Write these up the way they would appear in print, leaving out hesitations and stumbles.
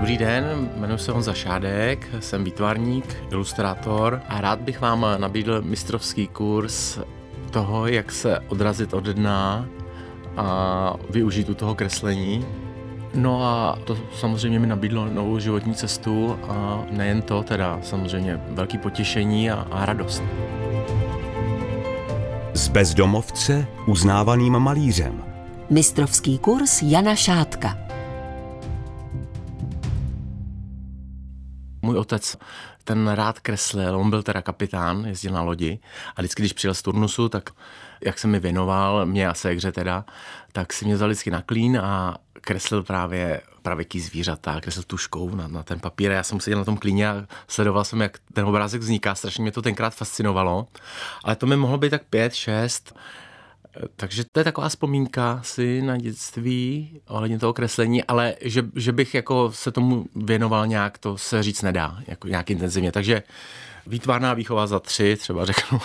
Dobrý den, jmenuji se Honza Šádek, jsem výtvarník, ilustrátor a rád bych vám nabídl mistrovský kurz toho, jak se odrazit od dna a využít u toho kreslení. No a to samozřejmě mi nabídlo novou životní cestu a nejen to, teda samozřejmě velký potěšení a radost. Z bezdomovce uznávaným malířem. Mistrovský kurz Jana Šádka. Můj otec ten rád kreslil, on byl teda kapitán, jezdil na lodi a vždycky, když přijel z turnusu, tak jak se mi věnoval, mě a ségře teda, tak si mě vzal vždycky na klín a kreslil právě pravěký zvířata, kreslil tuškou na ten papír. Já jsem seděl na tom klíně a sledoval jsem, jak ten obrázek vzniká, strašně mě to tenkrát fascinovalo, ale to mi mohlo být tak 5, 6. Takže to je taková vzpomínka si na dětství ohledně toho kreslení, ale že bych jako se tomu věnoval nějak, to se říct nedá, jako nějak intenzivně. Takže výtvarná výchova za 3, třeba řeknu.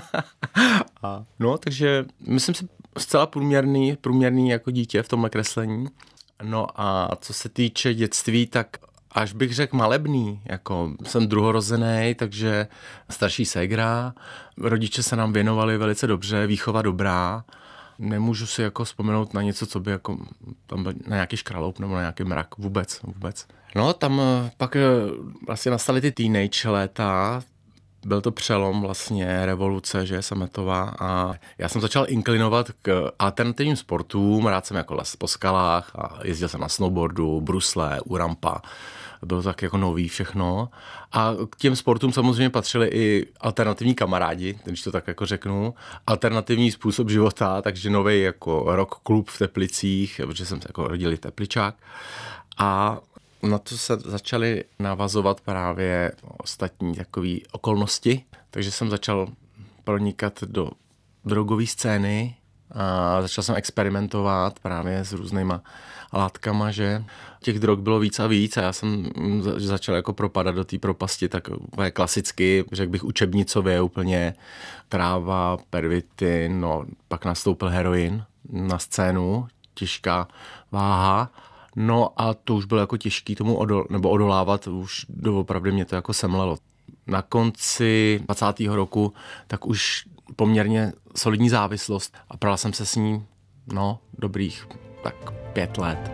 No, takže myslím si zcela průměrný jako dítě v tomhle kreslení. No a co se týče dětství, tak až bych řekl malebný, jako jsem druhorozený, takže starší ségra, rodiče se nám věnovali velice dobře, výchova dobrá. Nemůžu si jako vzpomenout na něco, co by jako tam byl na nějaký škraloup nebo na nějaký mrak, vůbec. No tam pak vlastně nastaly ty teenage léta, byl to přelom vlastně revoluce, že sametová a já jsem začal inklinovat k alternativním sportům, rád jsem jako les po skalách a jezdil jsem na snowboardu, brusle, u rampa, bylo to tak jako nový všechno a k těm sportům samozřejmě patřili i alternativní kamarádi, když to tak jako řeknu, alternativní způsob života, takže nový jako rock klub v Teplicích, protože jsem se jako rodil v Tepličák a na to se začaly navazovat právě ostatní takové okolnosti, takže jsem začal pronikat do drogové scény a začal jsem experimentovat právě s různýma látkama, že těch drog bylo víc a víc a já jsem začal jako propadat do té propasti tak klasicky, řekl bych učebnicově úplně tráva, pervitin, no pak nastoupil heroin na scénu, těžká váha. No a to už bylo jako těžký tomu odolávat, už doopravdy mě to jako semlelo. Na konci 20. roku tak už poměrně solidní závislost a pral jsem se s ní, dobrých tak 5 let.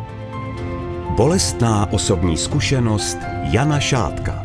Bolestná osobní zkušenost Jana Šádka.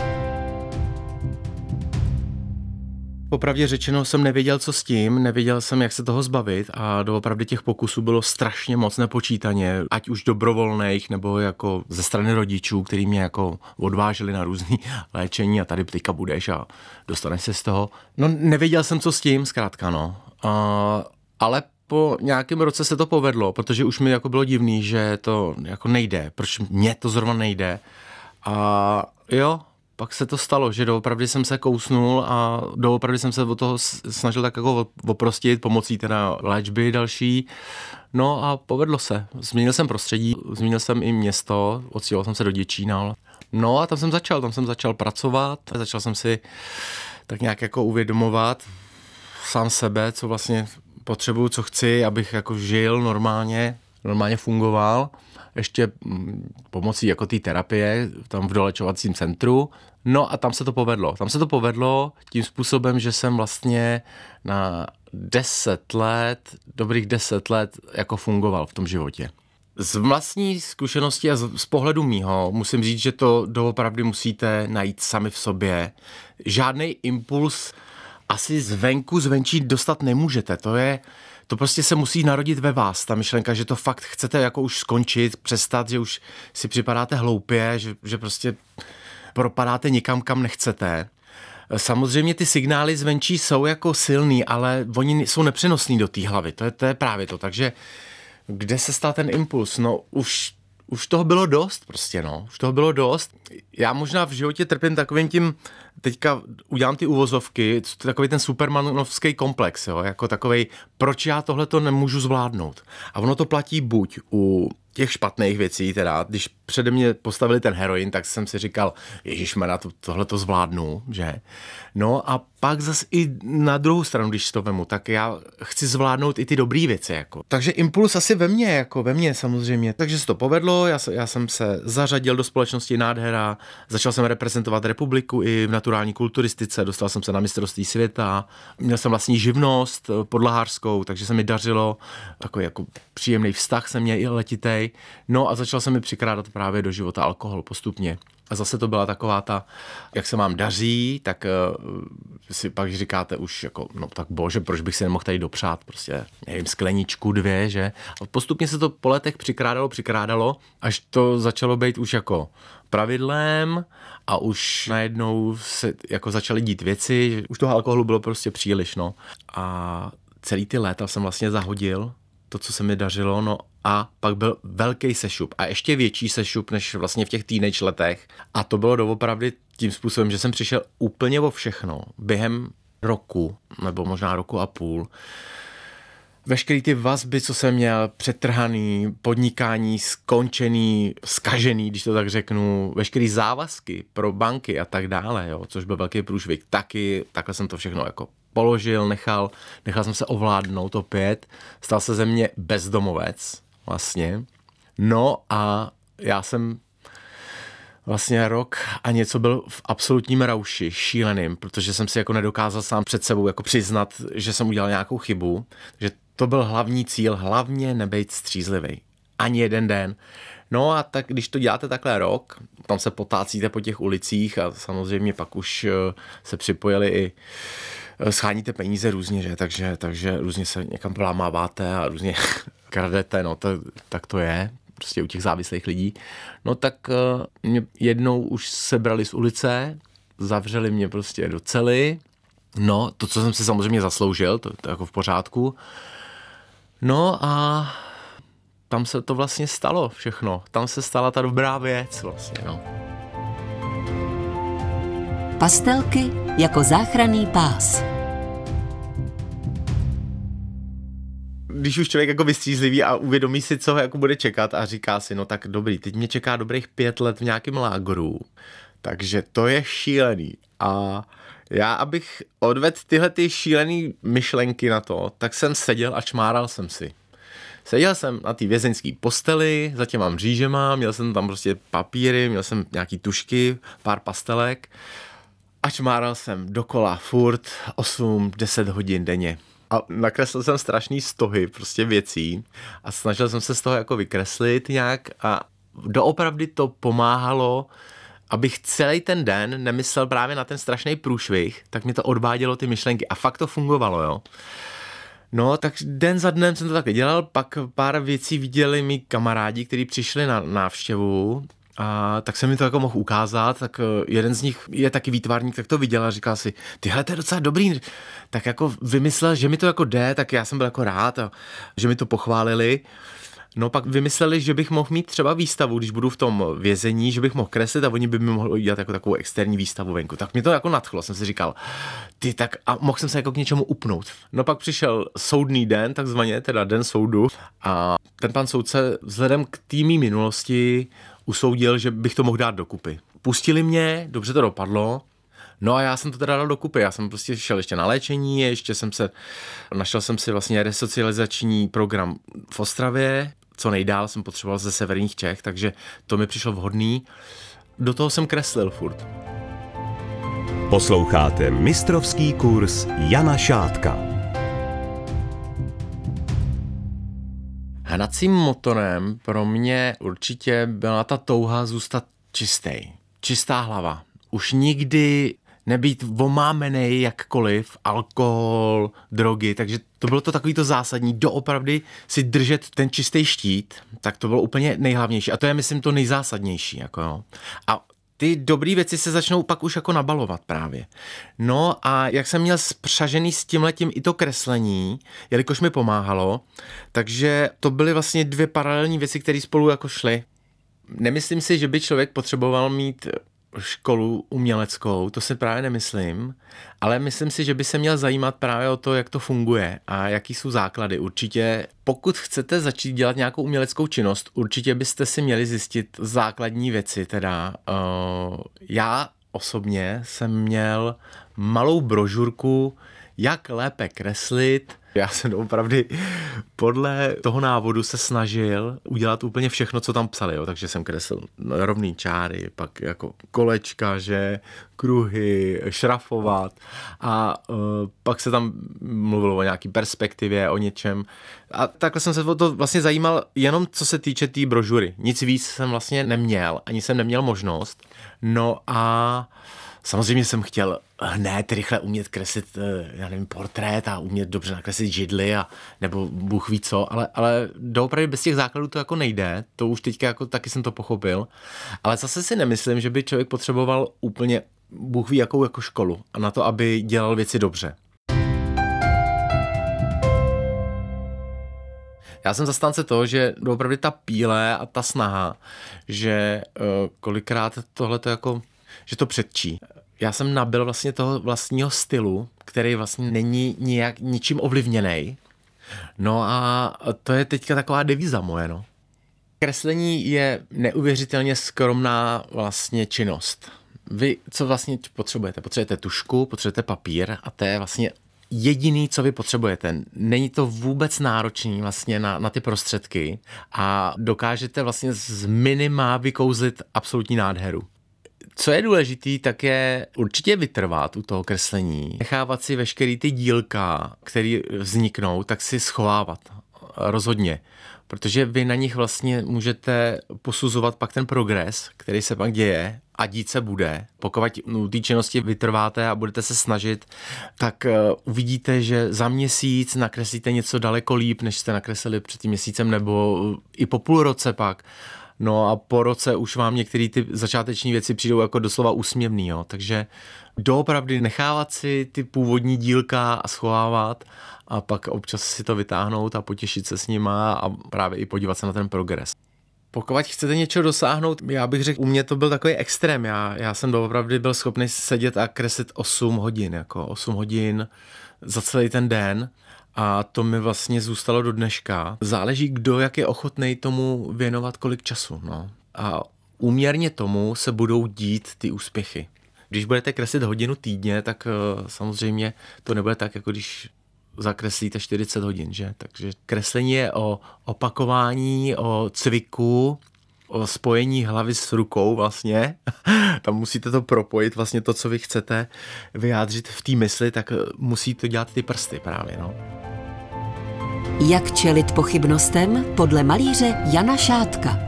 Popravdě řečeno jsem nevěděl, co s tím, nevěděl jsem, jak se toho zbavit a doopravdy těch pokusů bylo strašně moc nepočítaně, ať už dobrovolných nebo jako ze strany rodičů, kteří mě jako odváželi na různý léčení a tady teďka budeš a dostaneš se z toho. No nevěděl jsem, co s tím, zkrátka ale po nějakém roce se to povedlo, protože už mi jako bylo divný, že to jako nejde, proč mně to zrovna nejde a jo, pak se to stalo, že doopravdy jsem se kousnul a doopravdy jsem se od toho snažil tak jako oprostit pomocí teda léčby další. No a povedlo se. Změnil jsem prostředí, změnil jsem i město, odstěhoval jsem se do Děčína. No a tam jsem začal pracovat, začal jsem si tak nějak jako uvědomovat sám sebe, co vlastně potřebuju, co chci, abych jako žil normálně fungoval. Ještě pomocí jako té terapie tam v dolečovacím centru. No a tam se to povedlo. Tam se to povedlo tím způsobem, že jsem vlastně na 10 let, dobrých 10 let jako fungoval v tom životě. Z vlastní zkušenosti a z pohledu mýho musím říct, že to doopravdy musíte najít sami v sobě. Žádný impuls asi zvenčí dostat nemůžete. To prostě se musí narodit ve vás, ta myšlenka, že to fakt chcete jako už skončit, přestat, že už si připadáte hloupě, že prostě propadáte někam, kam nechcete. Samozřejmě ty signály zvenčí jsou jako silný, ale oni jsou nepřenosný do té hlavy, to je právě to. Takže kde se stal ten impuls? No už toho bylo dost prostě, už toho bylo dost. Já možná v životě trpím takovým tím, teďka udělám ty uvozovky, takový ten supermanovský komplex, jako takovej, proč já tohleto nemůžu zvládnout. A ono to platí buď u těch špatných věcí, teda, když přede mě postavili ten heroin, tak jsem si říkal, ježišmarja, tohle to zvládnu, že? No a pak zase i na druhou stranu, když to vemu, tak já chci zvládnout i ty dobrý věci, jako. Takže impuls asi ve mně samozřejmě. Takže se to povedlo, já jsem se zařadil do společnosti Nádhera, začal jsem reprezentovat republiku i v naturální kulturistice, dostal jsem se na mistrovství světa, měl jsem vlastní živnost podlahářskou, takže se mi dařilo, takový jako příjemný vztah jsem měl i letitej. No a začal se mi přikrádat právě do života alkohol postupně. A zase to byla taková ta, jak se vám daří, tak si pak říkáte už jako, no tak bože, proč bych si nemohl tady dopřát, prostě, nevím, skleničku, 2, že? A postupně se to po letech přikrádalo, až to začalo být už jako pravidlem a už najednou se jako začaly dít věci, že už toho alkoholu bylo prostě příliš, no. A celý ty léta jsem vlastně zahodil to, co se mi dařilo, no a pak byl velký sešup a ještě větší sešup než vlastně v těch teenage letech a to bylo doopravdy tím způsobem, že jsem přišel úplně o všechno během roku, nebo možná roku a půl. Veškerý ty vazby, co jsem měl, přetrhaný, podnikání skončený, zkažený, když to tak řeknu, veškerý závazky pro banky a tak dále, jo, což byl velký průšvih, takhle jsem to všechno jako položil, nechal jsem se ovládnout opět, stal se ze mě bezdomovec vlastně. No a já jsem vlastně rok a něco byl v absolutním rauši, šíleným, protože jsem si jako nedokázal sám před sebou jako přiznat, že jsem udělal nějakou chybu, že to byl hlavní cíl, hlavně nebejt střízlivý. Ani jeden den. No a tak, když to děláte takhle rok, tam se potácíte po těch ulicích a samozřejmě pak už se připojili i scháníte peníze různě, že? Takže různě se někam plámáváte a různě kradete, no tak to je, prostě u těch závislých lidí. No tak mě jednou už sebrali z ulice, zavřeli mě prostě do cely, no to, co jsem si samozřejmě zasloužil, to jako v pořádku. No a tam se to vlastně stalo všechno, tam se stala ta dobrá věc vlastně, no. Pastelky jako záchranný pás. Když už člověk jako vystřízlivý a uvědomí si, co ho jako bude čekat a říká si, no tak dobrý, teď mě čeká dobrých 5 let v nějakém lágru, takže to je šílený. A já, abych odvedl tyhle ty šílený myšlenky na to, tak jsem seděl a čmáral jsem si. Seděl jsem na té vězeňské posteli za těma mřížema, měl jsem tam prostě papíry, měl jsem nějaký tušky, pár pastelek a čmáral jsem dokola furt 8-10 hodin denně. A nakreslil jsem strašný stohy prostě věcí a snažil jsem se z toho jako vykreslit nějak a doopravdy to pomáhalo, abych celý ten den nemyslel právě na ten strašný průšvih, tak mi to odvádělo ty myšlenky a fakt to fungovalo, jo. No, tak den za dnem jsem to taky dělal, pak pár věcí viděli mý kamarádi, kteří přišli na návštěvu, a tak jsem mi to jako mohl ukázat, tak jeden z nich je taky výtvarník, tak to viděl a říkal si, tyhle, to je docela dobrý, tak jako vymyslel, že mi to jako jde, tak já jsem byl jako rád a že mi to pochválili. No pak vymysleli, že bych mohl mít třeba výstavu, když budu v tom vězení, že bych mohl kreslit a oni by mi mohli udělat jako takovou externí výstavu venku. Tak mě to jako nadchlo, jsem si říkal, tak a mohl jsem se jako k něčemu upnout. No pak přišel soudný den, takzvaně, teda den soudu a ten pan soudce vzhledem k týmí minulosti usoudil, že bych to mohl dát dokupy. Pustili mě, dobře to dopadlo, no a já jsem to teda dal dokupy, já jsem prostě šel ještě na léčení, našel jsem si vlastně resocializační program v Ostravě, co nejdál jsem potřeboval ze severních Čech, takže to mi přišlo vhodný. Do toho jsem kreslil furt. Posloucháte mistrovský kurz Jana Šátka. Hnacím motorem pro mě určitě byla ta touha zůstat čistý. Čistá hlava. Už nikdy nebýt omámenej jakkoliv, alkohol, drogy, takže to bylo to takový to zásadní, doopravdy si držet ten čistý štít, tak to bylo úplně nejhlavnější a to je, myslím, to nejzásadnější, jako jo. A ty dobré věci se začnou pak už jako nabalovat právě. No a jak jsem měl spřažený s tímhletím i to kreslení, jelikož mi pomáhalo, takže to byly vlastně 2 paralelní věci, které spolu jako šly. Nemyslím si, že by člověk potřeboval mít školu uměleckou, to si právě nemyslím, ale myslím si, že by se měl zajímat právě o to, jak to funguje a jaký jsou základy. Určitě, pokud chcete začít dělat nějakou uměleckou činnost, určitě byste si měli zjistit základní věci. Teda já osobně jsem měl malou brožurku, jak lépe kreslit. Já jsem opravdu podle toho návodu se snažil udělat úplně všechno, co tam psali. Jo. Takže jsem kreslil rovný čáry, pak jako kolečka, že, kruhy, šrafovat a pak se tam mluvilo o nějaký perspektivě, o něčem. A takhle jsem se o to vlastně zajímal jenom co se týče té brožury. Nic víc jsem vlastně neměl, ani jsem neměl možnost. No a samozřejmě jsem chtěl hned rychle umět kreslit, já nevím, portrét a umět dobře nakreslit židli a nebo Bůh ví co, ale doopravdy bez těch základů to jako nejde, to už teďka jako taky jsem to pochopil, ale zase si nemyslím, že by člověk potřeboval úplně Bůh ví jakou jako školu a na to, aby dělal věci dobře. Já jsem zastánce toho, že doopravdy ta píle a ta snaha, že kolikrát tohle to jako, že to předčí. Já jsem nabyl vlastně toho vlastního stylu, který vlastně není nijak ničím ovlivněný. No a to je teďka taková devíza moje, no. Kreslení je neuvěřitelně skromná vlastně činnost. Vy co vlastně potřebujete? Potřebujete tužku, potřebujete papír a to je vlastně jediný, co vy potřebujete. Není to vůbec náročný vlastně na ty prostředky a dokážete vlastně z minima vykouzlit absolutní nádheru. Co je důležitý, tak je určitě vytrvat u toho kreslení. Nechávat si veškerý ty dílka, které vzniknou, tak si schovávat. Rozhodně. Protože vy na nich vlastně můžete posuzovat pak ten progres, který se pak děje a dít se bude. Pokud u té činnosti vytrváte a budete se snažit, tak uvidíte, že za měsíc nakreslíte něco daleko líp, než jste nakreslili před tím měsícem, nebo i po půl roce pak. No a po roce už vám některé ty začáteční věci přijdou jako doslova úsměvný, jo. Takže doopravdy nechávat si ty původní dílka a schovávat a pak občas si to vytáhnout a potěšit se s nima a právě i podívat se na ten progres. Pokud chcete něčeho dosáhnout, já bych řekl, u mě to byl takový extrém. Já jsem doopravdy byl schopný sedět a kreslit 8 hodin, jako 8 hodin za celý ten den. A to mi vlastně zůstalo do dneška. Záleží, kdo jak je ochotnej tomu věnovat kolik času. No. A úměrně tomu se budou dít ty úspěchy. Když budete kreslit hodinu týdně, tak samozřejmě to nebude tak, jako když zakreslíte 40 hodin. Že? Takže kreslení je o opakování, o cviku, o spojení hlavy s rukou vlastně. Tam musíte to propojit, vlastně to, co vy chcete vyjádřit v té mysli, tak musí to dělat ty prsty právě. No. Jak čelit pochybnostem podle malíře Jana Šátka.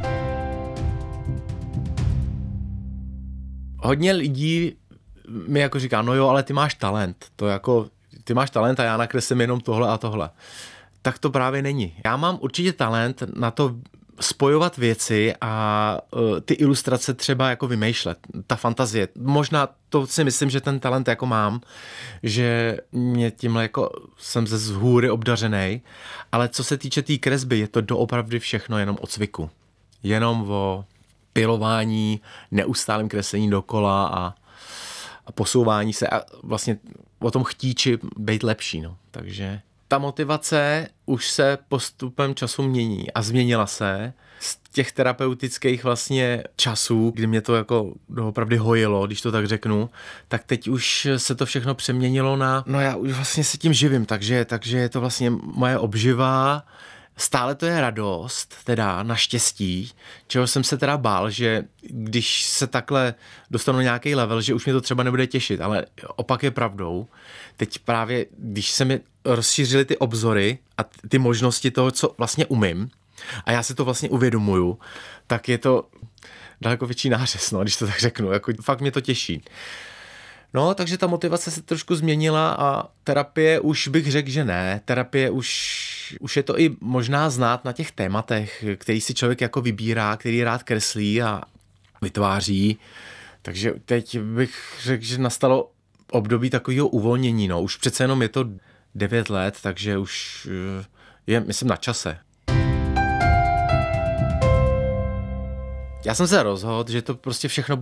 Hodně lidí mi jako říká, no jo, ale ty máš talent. To jako, ty máš talent a já nakreslím jenom tohle a tohle. Tak to právě není. Já mám určitě talent na to spojovat věci a ty ilustrace třeba jako vymýšlet. Ta fantazie. Možná to si myslím, že ten talent jako mám, že mě tímhle jako jsem ze zhůry obdařenej, ale co se týče té kresby, je to doopravdy všechno jenom o cviku. Jenom o pilování, neustálém kreslení dokola a posouvání se a vlastně o tom chtíči být lepší. No. Takže ta motivace už se postupem času mění a změnila se z těch terapeutických vlastně časů, kdy mě to jako doopravdy hojilo, když to tak řeknu, tak teď už se to všechno přeměnilo na, no já už vlastně se tím živím, takže je to vlastně moje obživa, stále to je radost, teda naštěstí, čeho jsem se teda bál, že když se takhle dostanu na nějaký level, že už mě to třeba nebude těšit, ale opak je pravdou. Teď právě, když se mi rozšířily ty obzory a ty možnosti toho, co vlastně umím, a já si to vlastně uvědomuju, tak je to daleko větší nářez, no, když to tak řeknu, jako fakt mě to těší. No, takže ta motivace se trošku změnila a terapie už bych řekl, že ne. Terapie už je to i možná znát na těch tématech, který si člověk jako vybírá, který rád kreslí a vytváří. Takže teď bych řekl, že nastalo období takového uvolnění. No. Už přece jenom je to 9 let, takže už je, myslím, na čase. Já jsem se rozhodl, že to prostě všechno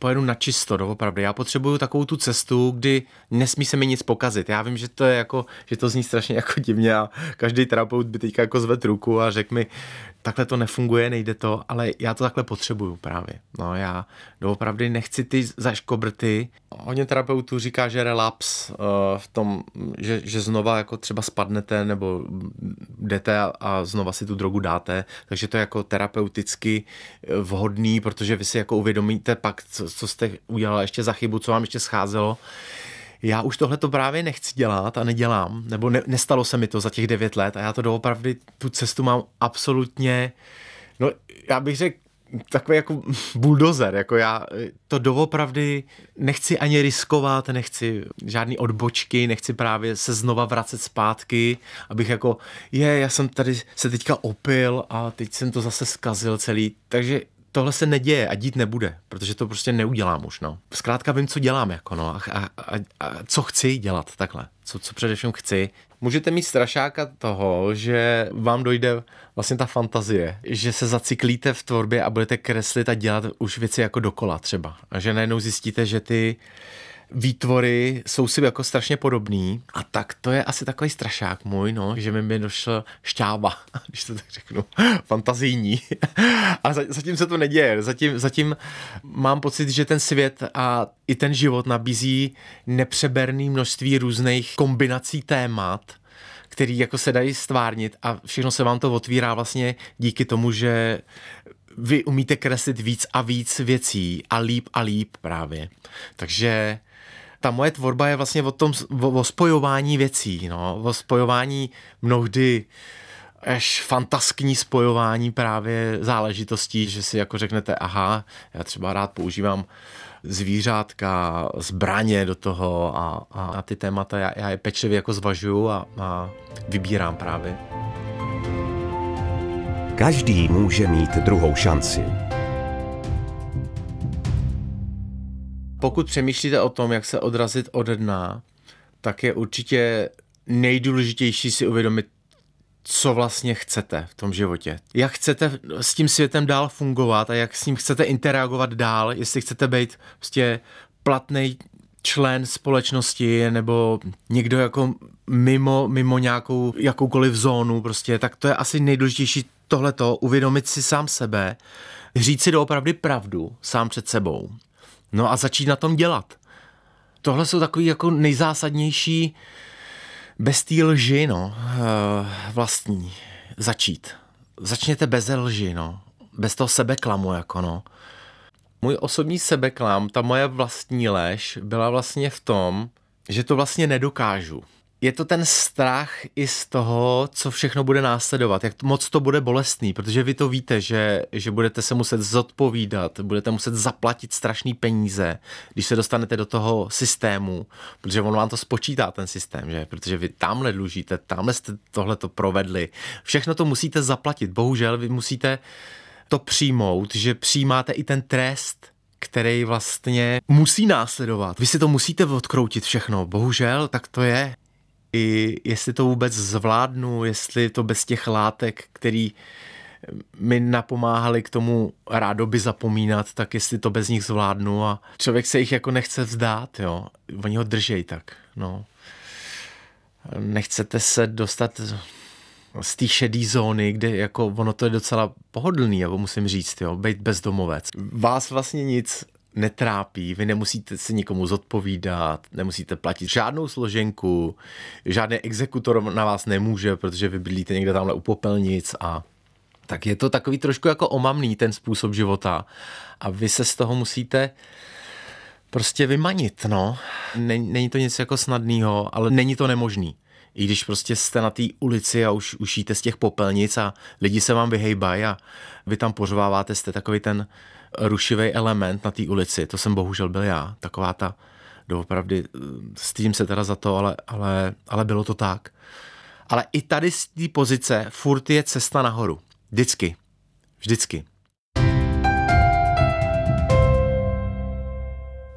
pojedu na čisto, doopravdy. Já potřebuju takovou tu cestu, kdy nesmí se mi nic pokazit. Já vím, že to je jako, že to zní strašně jako divně a každý terapeut by teďka jako zvedl ruku a řekl mi, takhle to nefunguje, nejde to, ale já to takhle potřebuju právě. No, já doopravdy nechci ty zaškobrty. Hodně terapeutů říká, že relaps v tom, že znova jako třeba spadnete nebo jdete a znova si tu drogu dáte, takže to je jako terapeuticky vhodný, protože vy si jako uvědomíte pak, co jste udělala ještě za chybu, co vám ještě scházelo. Já už tohle to právě nechci dělat a nedělám, nebo nestalo se mi to za těch 9 let a já to doopravdy, tu cestu mám absolutně, no já bych řekl, takový jako buldozer, jako já to doopravdy nechci ani riskovat, nechci žádný odbočky, nechci právě se znova vracet zpátky, abych jako, já jsem tady se teďka opil a teď jsem to zase zkazil celý, takže tohle se neděje a dít nebude, protože to prostě neudělám už, no. Zkrátka vím, co dělám, jako no, a co chci dělat takhle, co především chci. Můžete mít strašáka toho, že vám dojde vlastně ta fantazie, že se zacyklíte v tvorbě a budete kreslit a dělat už věci jako dokola třeba. A že najednou zjistíte, že ty výtvory jsou si jako strašně podobný a tak to je asi takový strašák můj, no, že mi došel šťáva, když to tak řeknu, fantazijní. A zatím se to neděje, zatím mám pocit, že ten svět a i ten život nabízí nepřeberný množství různých kombinací témat, který jako se dají stvárnit a všechno se vám to otvírá vlastně díky tomu, že vy umíte kreslit víc a víc věcí a líp právě. Takže ta moje tvorba je vlastně o spojování věcí, no, o spojování mnohdy až fantaskní spojování právě záležitostí, že si jako řeknete, aha, já třeba rád používám zvířátka, zbraně do toho a ty témata já je pečlivě jako zvažuju a vybírám právě. Každý může mít druhou šanci. Pokud přemýšlíte o tom, jak se odrazit ode dna, tak je určitě nejdůležitější si uvědomit, co vlastně chcete v tom životě. Jak chcete s tím světem dál fungovat a jak s ním chcete interagovat dál, jestli chcete být prostě platný člen společnosti nebo někdo jako mimo nějakou jakoukoliv zónu prostě, tak to je asi nejdůležitější tohleto, uvědomit si sám sebe, říct si doopravdy pravdu sám před sebou. No a začít na tom dělat. Tohle jsou takový jako nejzásadnější bez té lži, no, vlastní, začít. Začněte bez lži, no, bez toho sebeklamu, jako no. Můj osobní sebeklam, ta moje vlastní lež byla vlastně v tom, že to vlastně nedokážu. Je to ten strach i z toho, co všechno bude následovat, jak moc to bude bolestný, protože vy to víte, že budete se muset zodpovídat, budete muset zaplatit strašný peníze, když se dostanete do toho systému, protože on vám to spočítá ten systém, že? Protože vy tamhle dlužíte, tamhle jste tohleto provedli, všechno to musíte zaplatit, bohužel vy musíte to přijmout, že přijímáte i ten trest, který vlastně musí následovat. Vy si to musíte odkroutit všechno, bohužel, tak to je. I jestli to vůbec zvládnu, jestli to bez těch látek, který mi napomáhali k tomu rádoby zapomínat, tak jestli to bez nich zvládnu a člověk se jich jako nechce vzdát, jo. Oni ho držej tak, no. Nechcete se dostat z té šedý zóny, kde jako ono to je docela pohodlný, jako musím říct, jo, být bezdomovec. Vás vlastně nic netrápí, vy nemusíte si nikomu zodpovídat, nemusíte platit žádnou složenku, žádný exekutor na vás nemůže, protože vy bydlíte někde tamhle u popelnic a tak je to takový trošku jako omamný ten způsob života a vy se z toho musíte prostě vymanit, no. Není to nic jako snadného, ale není to nemožný. I když prostě jste na té ulici a už jíte z těch popelnic a lidi se vám vyhejbají a vy tam pořváváte, jste takový ten rušivý element na té ulici. To jsem bohužel byl já. Taková ta doopravdy, stydím se teda za to, ale bylo to tak. Ale i tady z té pozice furt je cesta nahoru. Vždycky.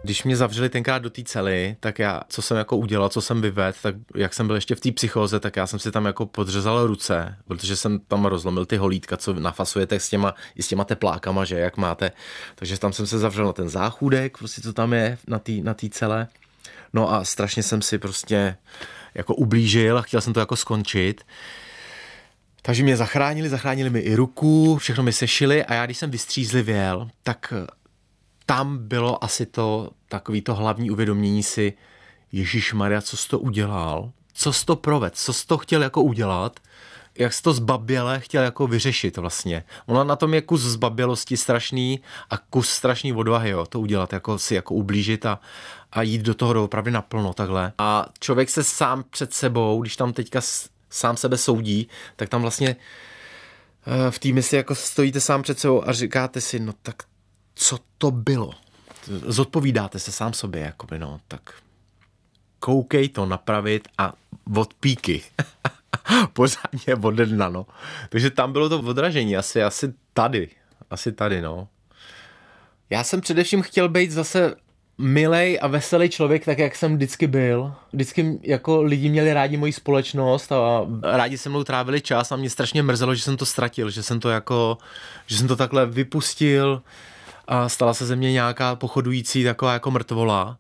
Když mě zavřeli tenkrát do té cely, tak já, co jsem jako udělal, co jsem vyvedl, tak jak jsem byl ještě v té psychóze, tak já jsem si tam jako podřezal ruce, protože jsem tam rozlomil ty holítka, co nafasujete s těma teplákama, že jak máte. Takže tam jsem se zavřel na ten záchůdek, prostě co tam je na té cele. No a strašně jsem si prostě jako ublížil a chtěl jsem to jako skončit. Takže mě zachránili mi i ruku, všechno mi sešili a já když jsem vystřízlivěl, tak tam bylo asi to takový to hlavní uvědomění si, Ježišmarja, co jsi to udělal, co jsi to provedl, co jsi to chtěl jako udělat, jak jsi to zbaběle chtěl jako vyřešit vlastně. Ono na tom je kus zbabělosti strašný a kus strašný odvahy, jo, to udělat, jako si jako ublížit a jít do toho opravdu naplno takhle. A člověk se sám před sebou, když tam teďka sám sebe soudí, tak tam vlastně v té misi jako stojíte sám před sebou a říkáte si, no tak co to bylo? Zodpovídáte se sám sobě, jakoby, no, tak koukej to napravit a od píky. Pořádně ode dna, no. Takže tam bylo to odražení, asi tady, no. Já jsem především chtěl být zase milej a veselý člověk, tak jak jsem vždycky byl. Vždycky jako lidi měli rádi moji společnost a rádi se mnou trávili čas a mě strašně mrzelo, že jsem to ztratil, že jsem to takhle vypustil a stala se ze mě nějaká pochodující taková jako mrtvola.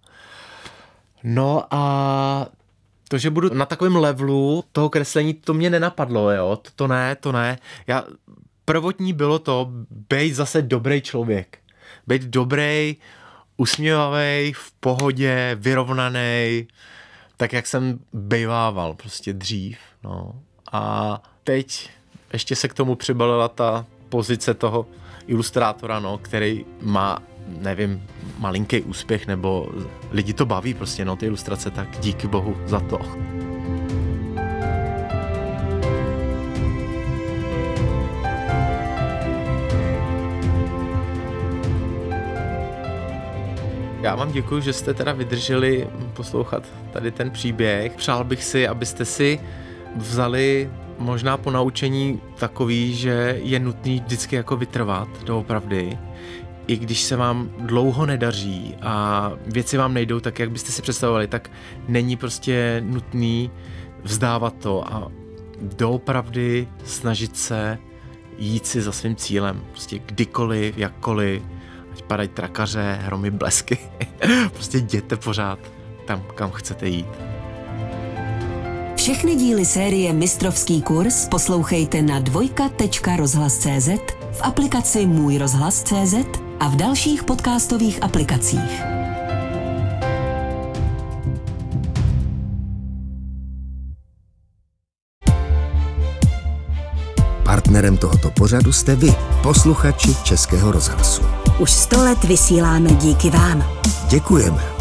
No a to, že budu na takovém levelu toho kreslení, to mě nenapadlo, jo, to ne. Prvotní bylo to být zase dobrý člověk. Být dobrý, usměvavý, v pohodě, vyrovnaný, tak jak jsem bejvával prostě dřív, no. A teď ještě se k tomu přibalila ta pozice toho ilustrátora, no, který má, nevím, malinký úspěch, nebo lidi to baví prostě, no, ty ilustrace, tak díky bohu za to. Já vám děkuji, že jste teda vydrželi poslouchat tady ten příběh. Přál bych si, abyste si vzali možná po naučení takový, že je nutný vždycky jako vytrvat doopravdy. I když se vám dlouho nedaří a věci vám nejdou tak, jak byste si představovali, tak není prostě nutný vzdávat to a doopravdy snažit se jít si za svým cílem. Prostě kdykoliv, jakkoliv, ať padají trakaře, hromy, blesky. Prostě jděte pořád tam, kam chcete jít. Všechny díly série Mistrovský kurz poslouchejte na dvojka.rozhlas.cz, v aplikaci Můj rozhlas.cz a v dalších podcastových aplikacích. Partnerem tohoto pořadu jste vy, posluchači Českého rozhlasu. Už 100 let vysíláme díky vám. Děkujeme.